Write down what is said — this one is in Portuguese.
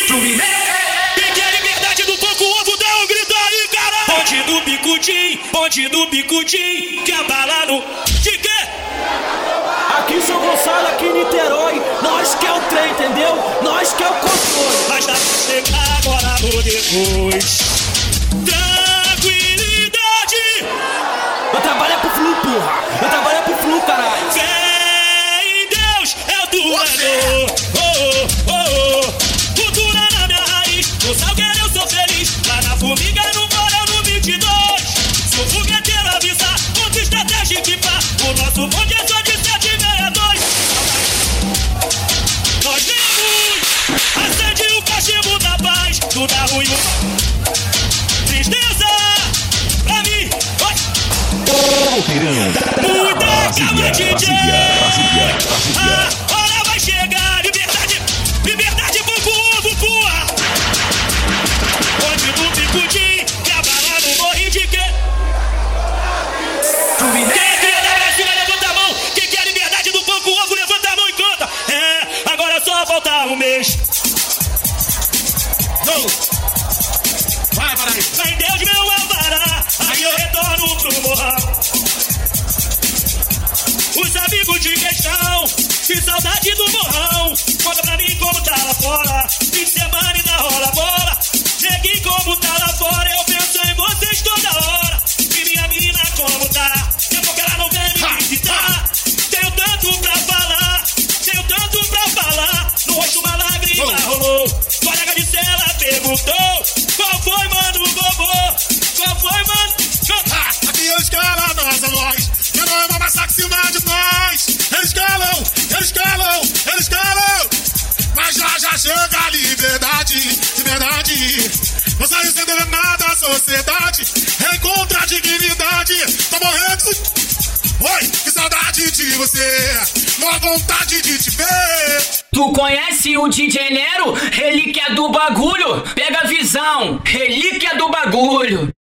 Quem quer liberdade do pouco ovo, dá um grito aí, caralho! Bonde do Bicudinho, que abalaram de quê? Aqui em São Gonçalo, aqui em Niterói, nós que é o trem, entendeu? Nós que é o controle. Mas dá pra chegar agora ou depois. Tranquilidade! Eu trabalho pro Flu, porra! Eu trabalho pro Flu, caralho! Fé em Deus é o durador. Cultura na minha raiz, no Salgueiro eu sou feliz. Lá na Formiga, no Morel, no 22. Sou fogueteiro, avisar, ponto estratégico e pá. O nosso bonde é só de 762. Nós vemos, acende o cachimbo da paz. Tudo dá ruim, tristeza, pra mim. Muita calma, DJ. A hora vai chegar, liberdade, pouco ovo, porra. Onde no Bicudinho, que a bala não morre de quê? Levanta a mão. Quem quer liberdade do pouco ovo, levanta a mão e canta. É, agora só falta um mês. Vai, Paraíba. Vai, Deus, meu alvará. Aí eu retorno pro morral. Os amigos de questão, que saudade do morrão. Conta pra mim como tá lá fora. Fim de semana e na rola bola. Neguinho como tá lá fora. Eu penso em vocês toda hora. E minha mina como tá. Daqui a pouco ela não vem me visitar. Tenho tanto pra falar. No rosto uma lágrima rolou. Colega de cela perguntou: qual foi, mano, bobô? Qual foi, mano? Aqui eles calam, nós a nós. Eu não é uma massacre cima de nós. Eles calam. Mas já chega a liberdade. Não sai sem dever nada à sociedade. Reencontra a dignidade. Tô morrendo. Oi, que saudade de você. Mó vontade de te ver. Tu conhece o DJ Nero? Relíquia do bagulho. Pega a visão. Relíquia do bagulho.